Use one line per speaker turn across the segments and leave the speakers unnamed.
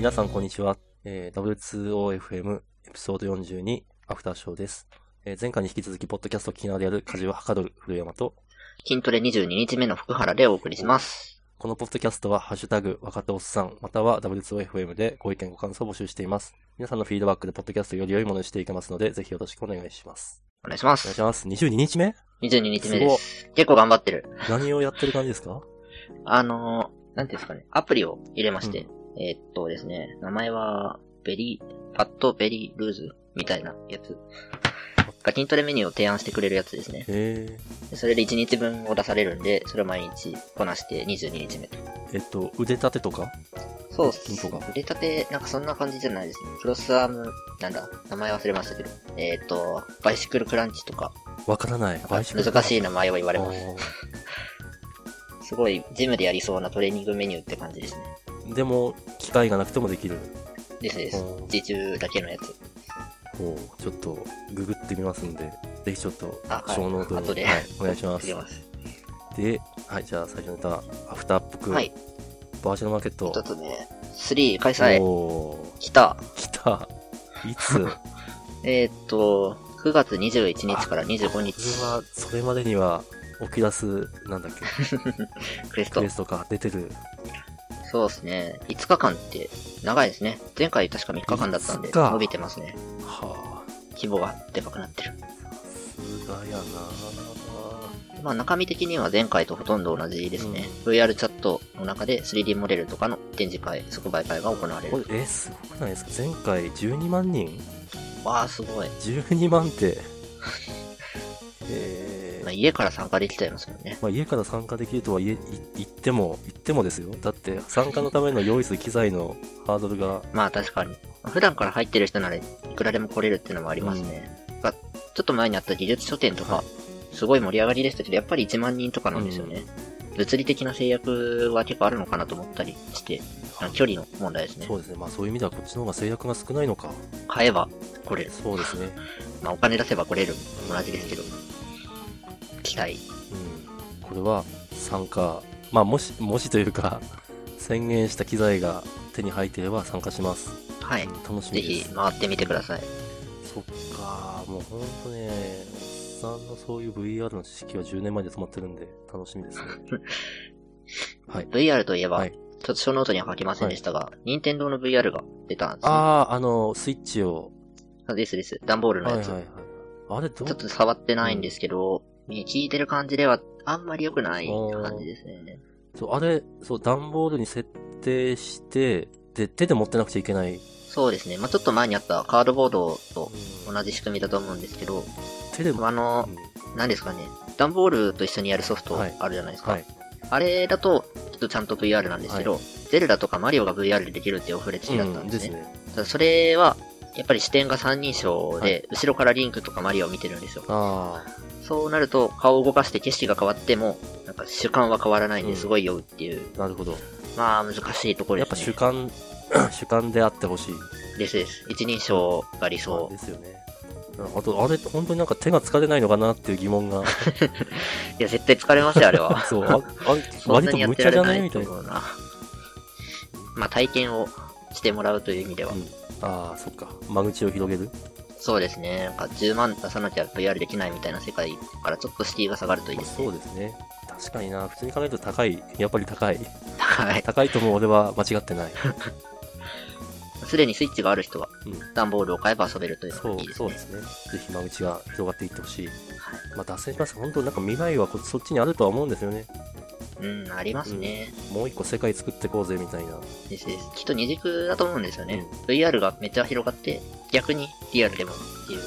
皆さんこんにちは。W2OFM エピソード42アフターショーです。前回に引き続きポッドキャストを聞きながらやる家事ははかどる古山と
筋トレ22日目の福原でお送りします。
このポッドキャストはハッシュタグ若手おっさんまたは W2OFM でご意見ご感想を募集しています。皆さんのフィードバックでポッドキャストをより良いものにしていけますのでぜひよろしくお願いします。
お願いします。
お願いします。22日目
?22 日目です。結構頑張ってる。
何をやってる感じですか？
なんていうんですかね。アプリを入れまして。ですね、名前は、パッドベリールーズみたいなやつ。が筋トレメニューを提案してくれるやつですね。でそれで1日分を出されるんで、それを毎日こなして22日目と。
腕立てとか？
そうっす。腕立て、なんかそんな感じじゃないですね。クロスアーム、名前忘れましたけど。バイシクルクランチとか。
わからない。
難しい名前を言われます。すごい、ジムでやりそうなトレーニングメニューって感じですね。
でも、機械がなくてもできる。
です。自重だけのやつ。
ちょっと、ググってみますんで、ぜひちょっと、小ノートに、
後で、
お願いします。で、はい、じゃあ最初のネタ、アフターっぽく、バーチャルマーケット。
一つ目、3開催。来た。
いつ
9月21日から25日。
それまでには、オキュラス、なんだっけ
クレスト
か、出てる。
そうですね。5日間って長いですね。前回確か3日間だったんで、伸びてますね。規模がでかくなってる。
さすがやな。
まあ中身的には前回とほとんど同じですね。VR チャットの中で 3D モデルとかの展示会、即売会が行われる。
すごくないですか？前回12万人？
わあ、すごい。
12万って。
家から参加できちゃいますよね。
家から参加できるとは言ってもですよ。だって参加のための用意する機材のハードルが。
まあ確かに。普段から入ってる人ならいくらでも来れるっていうのもありますね。ちょっと前にあった技術書店とか、すごい盛り上がりでしたけど、やっぱり1万人とかなんですよね。物理的な制約は結構あるのかなと思ったりして、距離の問題ですね。
そうですね。まあそういう意味ではこっちの方が制約が少ないのか。
買えば来れる。
そうですね。
まあお金出せば来れる。同じですけど。期待。
これは参加。まあもしというか、宣言した機材が手に入っていれば参加します。
はい。
楽しみです。
ぜひ回ってみてください。
そっか。もうほんとね、おっさんのそういう VR の知識は10年前で止まってるんで、楽しみですね。
はい。VR といえば、ちょっと小ノートには書きませんでしたが、任天堂の VR が出たんですね。
スイッチを。
です。段ボールのやつ。あれちょっと触ってないんですけど、聞いてる感じではあんまり良くない感じですね。
段ボールに設定して、で、手で持ってなくちゃいけない。
そうですね。まあちょっと前にあったカードボードと同じ仕組みだと思うんですけど、
手でも
何ですかね。段ボールと一緒にやるソフトあるじゃないですか。あれだと、ちゃんと VR なんですけど、ゼルダとかマリオが VR でできるっていうオフレチだったんですね。ただそれは、やっぱり視点が三人称で、後ろからリンクとかマリオを見てるんですよ。そうなると、顔を動かして景色が変わっても、なんか主観は変わらないんですごい酔うっていう。
なるほど。
まあ難しいところですね。
やっぱ主観であってほしい。
です。一人称が理想。
ですよね。あと、あれ、本当になんか手が疲れないのかなっていう疑問が。
いや、絶対疲れますよ、あれは。
そう、割と無茶じゃないみたいな。
まあ体験をしてもらうという意味では。
そっか。間口を広げる？
そうですね。なんか10万出さなきゃ VR できないみたいな世界からちょっと敷居が下がるといいですね。
そうですね。確かにな。普通に考えると高い。やっぱり高い。
はい。
高いとも俺は間違ってない。
すでにスイッチがある人は、段ボールを買えば遊べるというのがいいですね。
そうですね。ぜひ間口が広がっていってほしい。まあ脱線します。本当なんか未来はそっちにあるとは思うんですよね。
ありますね。
もう一個世界作ってこうぜみたいな。
です。きっと二軸だと思うんですよね。VR がめっちゃ広がって、逆にリアルでもっていう。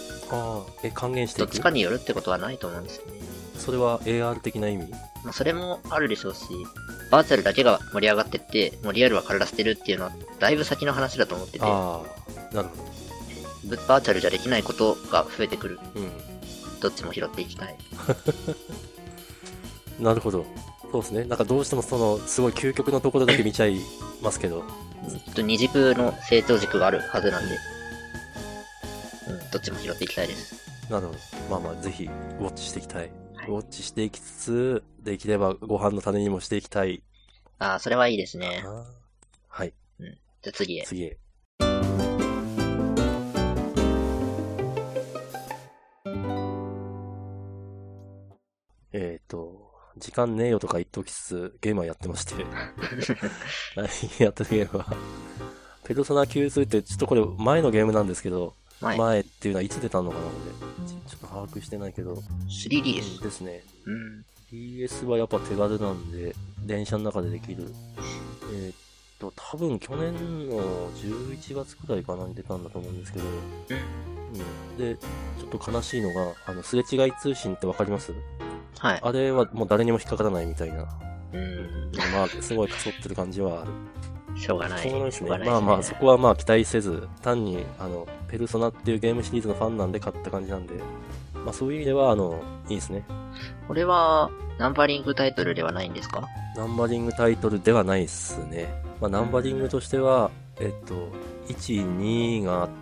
還元していく。
どっちかによるってことはないと思うんですよね。
それは AR 的な意味？
まあそれもあるでしょうし、バーチャルだけが盛り上がってって、もうリアルは体捨てるっていうのは、だいぶ先の話だと思ってて。
なるほ
ど。バーチャルじゃできないことが増えてくる。どっちも拾っていきたい。
なるほど。そうですね。なんかどうしてもすごい究極のところだけ見ちゃいますけど。
二軸の成長軸があるはずなんで、どっちも拾っていきたいです。
なるほど。まあまあ、ぜひ、ウォッチしていきたい。ウォッチしていきつつ、できればご飯の種にもしていきたい。
それはいいですね。
はい。
じじゃあ次へ。
次へ。時間ねえよとか言っときつつ、ゲームはやってまして。何やってるゲームは。ペルソナ9-2って、ちょっとこれ前のゲームなんですけど、前っていうのはいつ出たのかな、これ。ちょっと把握してないけど。
3DS
ですね。
うん。
DS はやっぱ手軽なんで、電車の中でできる。多分去年の11月くらいかなに出たんだと思うんですけど、で、ちょっと悲しいのが、すれ違い通信ってわかります？
はい。
あれはもう誰にも引っかからないみたいな。まあ、すごいかそってる感じはある。
しょうがない。
そうですね。まあまあ、そこはまあ期待せず、単に、ペルソナっていうゲームシリーズのファンなんで買った感じなんで、まあそういう意味では、いいですね。
これは、ナンバリングタイトルではないんですか？
ナンバリングタイトルではないっすね。まあナンバリングとしては、1、2があって、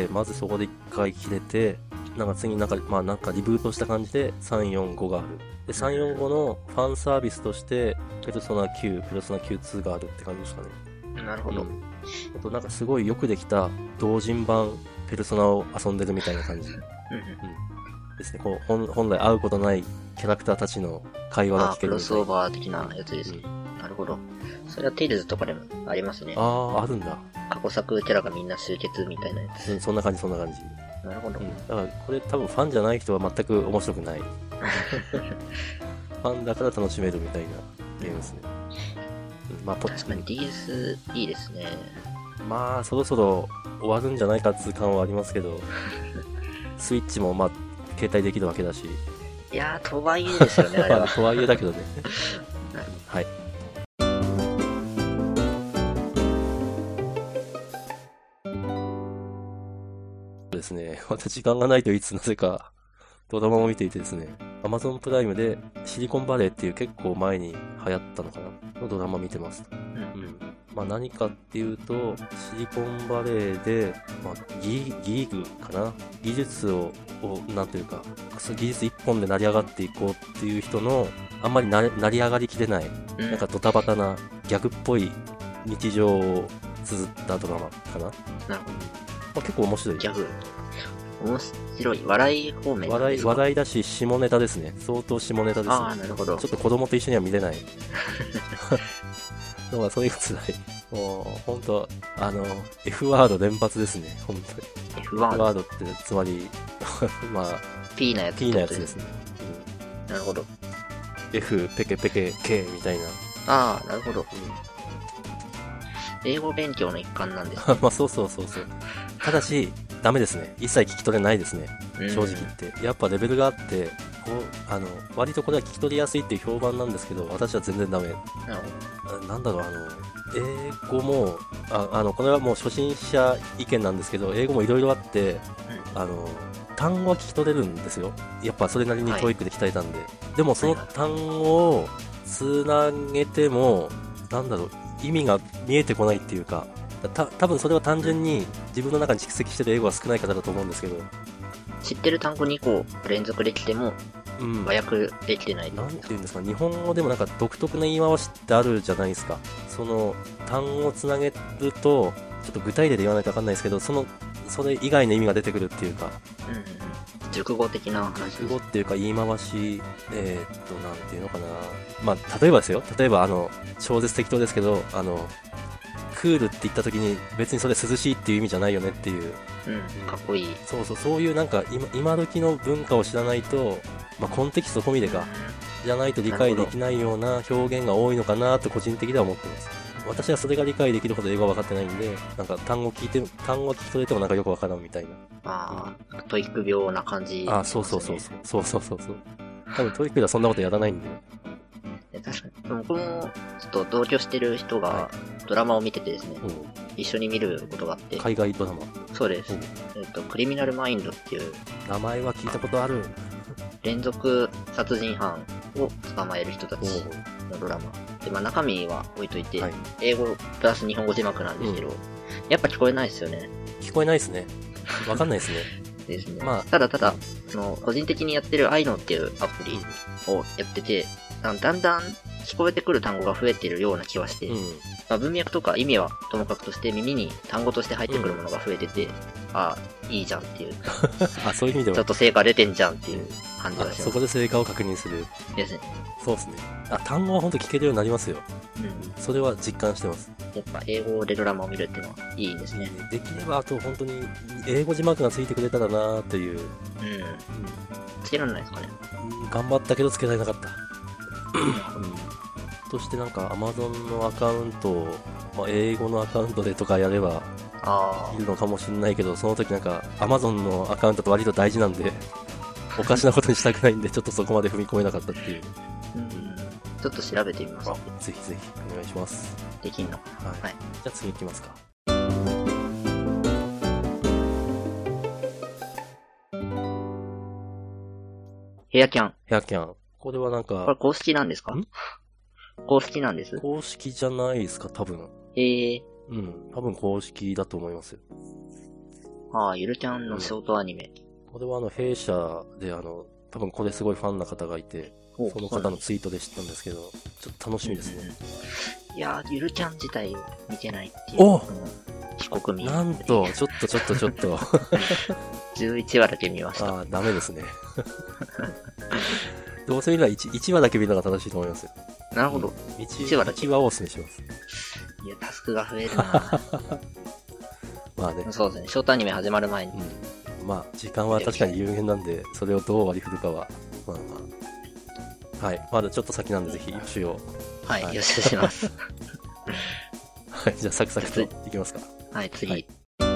まずそこで1回切れて、なんか次なんかリブートした感じで3、4、5がある。で、3、4、5のファンサービスとして、ペルソナ9、ペルソナ9-2があるって感じですかね。
なるほど。
あとなんかすごいよくできた同人版ペルソナを遊んでるみたいな感じ。ですね。こう、本来会うことないキャラクターたちの会話が聞けるみたいな。
クロスオーバー的なやつですね。なるほど。それはテイルズとかでもありますね。
あるんだ。
過去作キャラがみんな集結みたいなやつ。
そんな感じ。
なるほど。
だからこれ多分ファンじゃない人は全く面白くない。ファンだから楽しめるみたいなゲームですね。まあ、
確かに DS いいですね。
まあ、そろそろ終わるんじゃないかっていう感はありますけど、スイッチもまあ、携帯できるわけだし。
いやー、とはいえですよね、あれは。
とはいえだけどね。はい。そうですね。また時間がないといつなぜかドラマを見ていてですね、Amazon プライムでシリコンバレーっていう結構前に流行ったのかなのドラマ見てます。まあ何かっていうと、シリコンバレーで、まあ、ギーグかな技術をなんていうか、技術一本で成り上がっていこうっていう人の、あんまり成り上がりきれない、なんかドタバタなギャグっぽい日常を綴ったドラマかな。
なるほど。
まあ、結構面白い。
ギャグ。面白い。笑い方面ですか？
笑いだし、下ネタですね。相当下ネタですね。
ああ、なるほど。
ちょっと子供と一緒には見れない。のがそういうつらい。もう、ほんと、F ワード連発ですね。本当に。
F ワ
ードって、つまり、まあ、
P なやつ。
P なやつですね。
なるほど。
F、ペケペケ、K みたいな。
ああ、なるほど。英語勉強の一環なんです、
ね。まあ、そう。ただし、ダメですね。一切聞き取れないですね。正直言って。やっぱレベルがあって、割とこれは聞き取りやすいっていう評判なんですけど、私は全然ダメ。なんだろう、英語も、これはもう初心者意見なんですけど、英語もいろいろあって、単語は聞き取れるんですよ。やっぱそれなりに教育で鍛えたんで。でもその単語をつなげても、なんだろう、意味が見えてこないっていうか、多分それは単純に自分の中に蓄積してる英語が少ないからだと思うんですけど。
知ってる単語2個連続できても、和訳できてない。
なんていうんですか、日本語でもなんか独特な言い回しってあるじゃないですか。その単語をつなげると、ちょっと具体例で言わないと分かんないですけど、それ以外の意味が出てくるっていうか。
熟語的な話。
熟語っていうか言い回し、なんていうのかな。まあ、例えばですよ。例えば超絶適当ですけど、クールって言った時に別にそれ涼しいっていう意味じゃないよねっていう。
かっこいい。
そういうなんか今時の文化を知らないと、まあコンテキスト込みでか、じゃないと理解できないような表現が多いのかなと個人的には思ってます。私はそれが理解できるほど英語は分かってないんで、なんか単語聞き取れてもなんかよく分からんみたいな。
トイック病な感じ、ね。
そう。多分トイックではそんなことやらないんで。
確かに。僕も、ちょっと同居してる人がドラマを見ててですね、一緒に見ることがあって。
海外ドラマ？
そうです。クリミナルマインドっていう。
名前は聞いたことある。
連続殺人犯を捕まえる人たちのドラマ。で、まあ中身は置いといて、英語プラス日本語字幕なんですけど、やっぱ聞こえないですよね。
聞こえないですね。わかんないですね。
ですね。まあ、ただ、個人的にやってるアイノっていうアプリをやってて、だんだん聞こえてくる単語が増えてるような気はして、 まあ、文脈とか意味はともかくとして耳に単語として入ってくるものが増えてて、ああ、いいじゃんっていう。
あ、そういう意味では。
ちょっと成果出てんじゃんっていう感じがします。
そこで成果を確認する。
ですね。
そうですね。あ、単語は本当聞けるようになりますよ。うん。それは実感してます。
やっぱ英語でドラマを見るっていうのはいいですね。
できればあと本当に英語字幕がついてくれたらなーっていう。
つけられないですかね。
頑張ったけどつけられなかった。そしてなんか Amazon のアカウントを、まあ、英語のアカウントでとかやればいるのかもしれないけど、その時なんか Amazon のアカウントって割と大事なんで、おかしなことにしたくないんで、ちょっとそこまで踏み込めなかったっていう。
ちょっと調べてみます。
ぜひぜひお願いします。
できんのかな。はい。
じゃあ次行きますか。
ヘアキャン。
ヘアキャン。これはなんか。
これ公式なんですか？公式なんです。
公式じゃないですか、多分。
うん。
多分公式だと思いますよ。
ああ、ゆるキャンのショートアニメ。
これは弊社で多分これすごいファンな方がいて、その方のツイートで知ったんですけど、ちょっと楽しみですね。
いやー、ゆるキャン自体を見てないっていう。
お
非国民。
なんと、ちょっと。
11話だけ見ました。
ああ、ダメですね。どうせ見れば 1話だけ見るのが正しいと思いますよ。
なるほど。
1話だけ。1話をお勧めします。
いや、タスクが増えるな
まあね。
そうですね。ショートアニメ始まる前に。
まあ、時間は確かに有限なんで、それをどう割り振るかは、まあ。はい。まだちょっと先なんで、ぜひ予習を。
はい、予習します。
はい、じゃあサクサクといきますか。
はい、次。はい、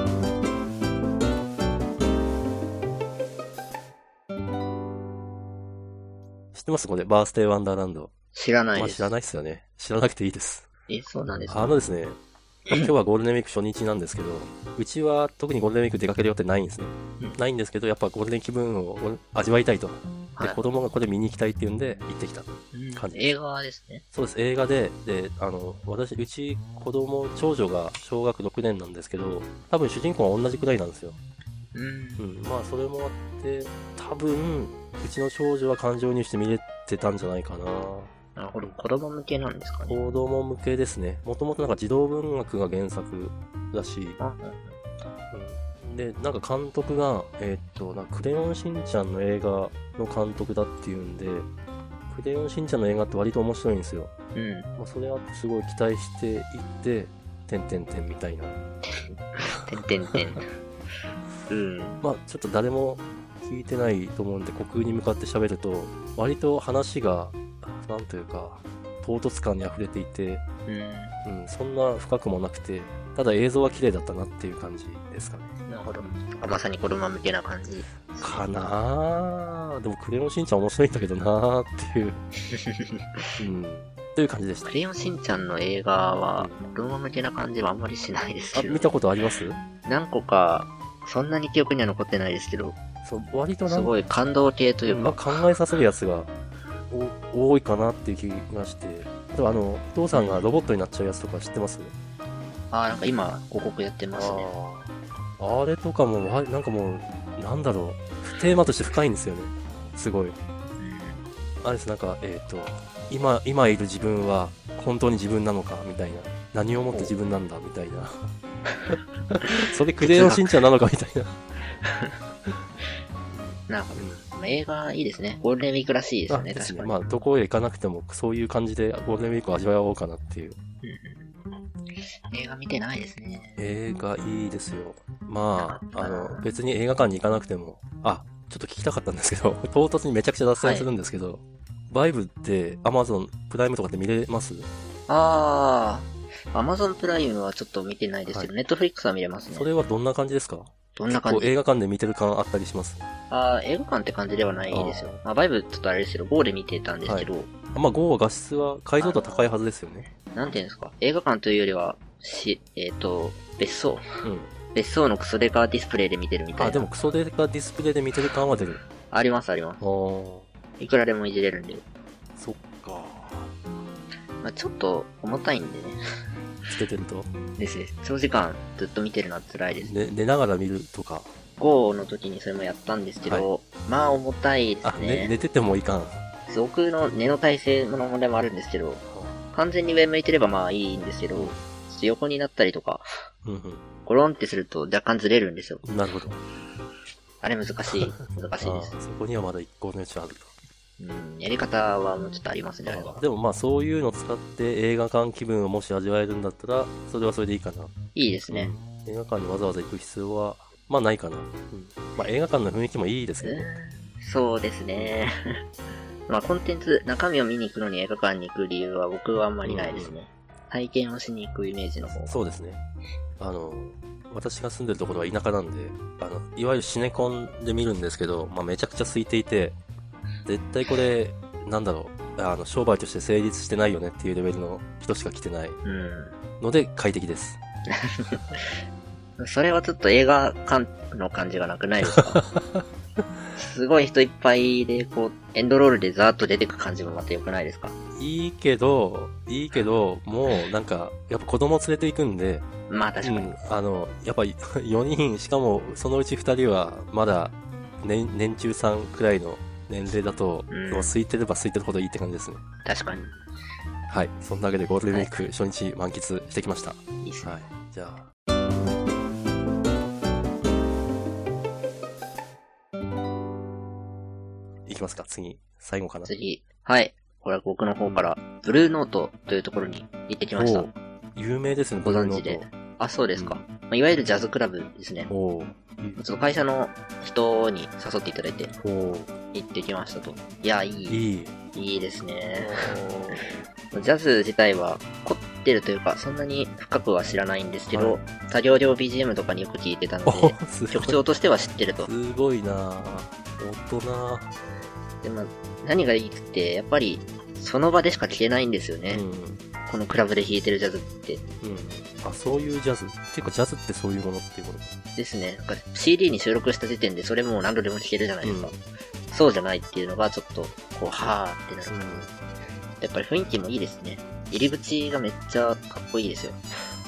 知ってますこれ、バースデーワンダーランド。
知らないです。
知らないっすよね。知らなくていいです。
そうなんですか。
ですね、今日はゴールデンウィーク初日なんですけど、うちは特にゴールデンウィーク出かける予定ないんですね。ないんですけど、やっぱゴールデン気分を味わいたいと。で、子供がこれ見に行きたいっていうんで、行ってきた感じです。
映画ですね。
そうです、映画で、うち子供、長女が小学6年なんですけど、多分主人公は同じくらいなんですよ。まあ、それもあって、多分、うちの長女は感情移入して見れてたんじゃないかな。
なるほど。子供向けなんですかね。
子供向けですね。もともとなんか児童文学が原作らしい。で、なんか監督が、クレヨンしんちゃんの映画の監督だっていうんで、クレヨンしんちゃんの映画って割と面白いんですよ。まあ、それはすごい期待していって、てんてんてんみたいな。
てんてんてん。
まあ、ちょっと誰も聞いてないと思うんで、虚空に向かって喋ると、割と話が、なんというか、唐突感に溢れていて、そんな深くもなくて、ただ映像は綺麗だったなっていう感じですかね。
なるほど。まさに子供向けな感じ。
かなぁ。でもクレヨンしんちゃん面白いんだけどなぁっていう。という感じでした。
クレヨンしんちゃんの映画は、子供向けな感じはあんまりしないですけど。
見たことあります？
何個か、そんなに記憶には残ってないですけど。
そう、割と
すごい感動系というか。
考えさせるやつが多いかなっていう気がして。例えばお父さんがロボットになっちゃうやつとか知ってます？
なんか今、広告やってますね。
あれとかも、なんかもう、なんだろう。テーマとして深いんですよね。すごい。あれです、なんか、今いる自分は本当に自分なのかみたいな。何をもって自分なんだみたいな。それクレヨンしんちゃんなのかみたいな。
なるほど。映画いいですね。ゴールデンウィークらしいですね、確かに。
まあ、どこへ行かなくても、そういう感じでゴールデンウィークを味わおうかなっていう。
映画見てないですね。
映画いいですよ。まあ、別に映画館に行かなくても、ちょっと聞きたかったんですけど、唐突にめちゃくちゃ脱線するんですけど、バイブって Amazon プライムとかで見れます？
Amazon プライムはちょっと見てないですけど、Netflix は見れますね。
それはどんな感じですか？
どんな感じ？
映画館で見てる感あったりします？
映画館って感じではないですよ。バイブちょっとあれですけど、GO で見てたんですけど。
まあ GO は画質は解像度は高いはずですよね。
なんていうんですか、映画館というよりは、別荘。別荘のクソデカディスプレイで見てるみたいな。
でもクソデカディスプレイで見てる感は出る。
あります。いくらでもいじれるんで。
そっか。
まあちょっと重たいんでね。
つけてると
ですね。長時間ずっと見てるのは辛いです。
寝ながら見るとか。
GO の時にそれもやったんですけど、まあ重たいですね。
寝ててもいかん。
僕の寝の体勢の問題もあるんですけど、完全に上向いてればまあいいんですけど、 と横になったりとか、
うんうん。
ゴロンってすると若干ずれるんですよ。
なるほど。
あれ難しいです。
そこにはまだ一個の余地あると。
やり方はもうちょっとありますね、あれは。
でもまあそういうのを使って映画館気分をもし味わえるんだったら、それはそれでいいかな。
いいですね。
映画館にわざわざ行く必要は、まあないかな。まあ映画館の雰囲気もいいですけどね。
そうですね。まあコンテンツ、中身を見に行くのに映画館に行く理由は僕はあんまりないですね。体験をしに行くイメージの方。
そうですね。私が住んでるところは田舎なんで、いわゆるシネコンで見るんですけど、まあめちゃくちゃ空いていて、絶対これ、なんだろう、商売として成立してないよねっていうレベルの人しか来てないので快適です。
それはちょっと映画館の感じがなくないですか？すごい人いっぱいで、こう、エンドロールでザーッと出てく感じもまた良くないですか？
いいけど、もうなんか、やっぱ子供連れて行くんで、
まあ確かに。
やっぱ4人、しかもそのうち2人はまだ年中さんくらいの年齢だと、もう空いてれば空いてるほどいいって感じですね。
確かに。
はい。そんなわけでゴールデンウィーク初日満喫してきました。
いいっすね。
はい。じゃあ。いきますか、次。最後かな。
次。はい。これは僕の方から、ブルーノートというところに行ってきました。
有名ですね、
ご存知で。あ、そうですか。まあ、いわゆるジャズクラブですね。ちょっと会社の人に誘っていただいて、行ってきましたと。いや、いいですね。ジャズ自体は凝ってるというか、そんなに深くは知らないんですけど、作業量 BGM とかによく聞いてたので、曲調としては知ってると。
すごいなぁ。大人。
でも、何がいいって、やっぱり、その場でしか聴けないんですよね。このクラブで弾いてるジャズって。
あ、そういうジャズ。てか、ジャズってそういうものっていうこと
ですね。なんか CD に収録した時点でそれもう何度でも聴けるじゃないですか。そうじゃないっていうのがちょっと、こう、はーってなる。やっぱり雰囲気もいいですね。入り口がめっちゃかっこいいですよ。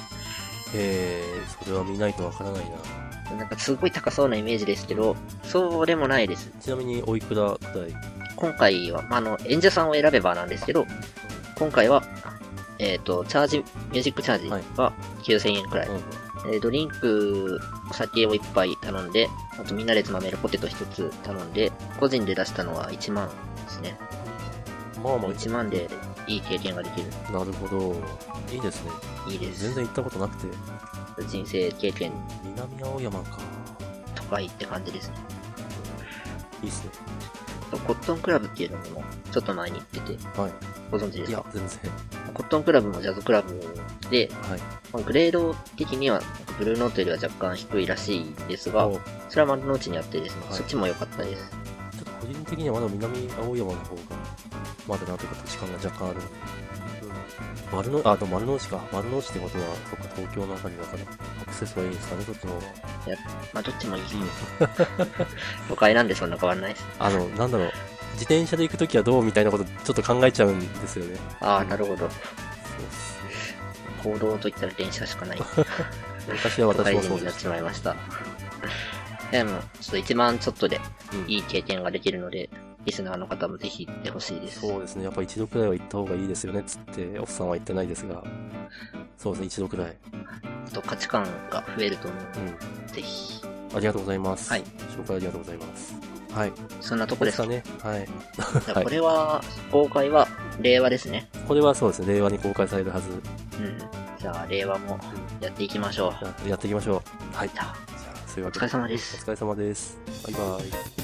それは見ないとわからないな。
なんかすごい高そうなイメージですけど、そうでもないです。
ちなみにおいくらくらい？
今回は、演者さんを選べばなんですけど、今回は、ミュージックチャージが9000円くらい。ドリンク、お酒を1杯頼んで、あとみんなでつまめるポテト1つ頼んで、個人で出したのは1万ですね。
まあまあ
1万でいい経験ができる。
なるほど。いいですね。
いいです。
全然行ったことなくて。
人生経験。
南青山か。
都会って感じですね。
いいっすね。
コットンクラブっていうのもちょっと前に行ってて、ご存知ですか？
いや、全然。
コットンクラブもジャズクラブで、グレード的にはブルーノートよりは若干低いらしいですが、それは丸の内にあってですね、そっちも良かったです。
ちょっと個人的にはまだ南青山の方が、まだなんとか土地感が若干ある。丸の内か。丸の内ってことは、そっか、東京のあたりだから、アクセスはいいんですかね、そっちの方が。
いや、どっちもいいですね。都会なんでそんな変わらないです。
なんだろう。自転車で行くときはどうみたいなことちょっと考えちゃうんですよね。
ああ、なるほど。行動といったら電車しかない。
私もそうです。
になってしまいました。でも、ちょっと1万ちょっとでいい経験ができるので、リスナーの方もぜひ行ってほしいです。
そうですね。やっぱ一度くらいは行った方がいいですよね。つって、おっさんは言ってないですが。そうですね。一度くらい。
価値観が増えると思うので、ぜひ。
ありがとうございます。
はい。
紹介ありがとうございます。はい。
そんなとこですか
ね。はい。
これは、公開は令和ですね。
これはそうですね。令和に公開されるはず。
じゃあ、令和もやっていきましょ
う。やっていきましょう。はい。
じゃあ、
そういうわけ
で。お疲れ様です。
お疲れ様です。バイバイ。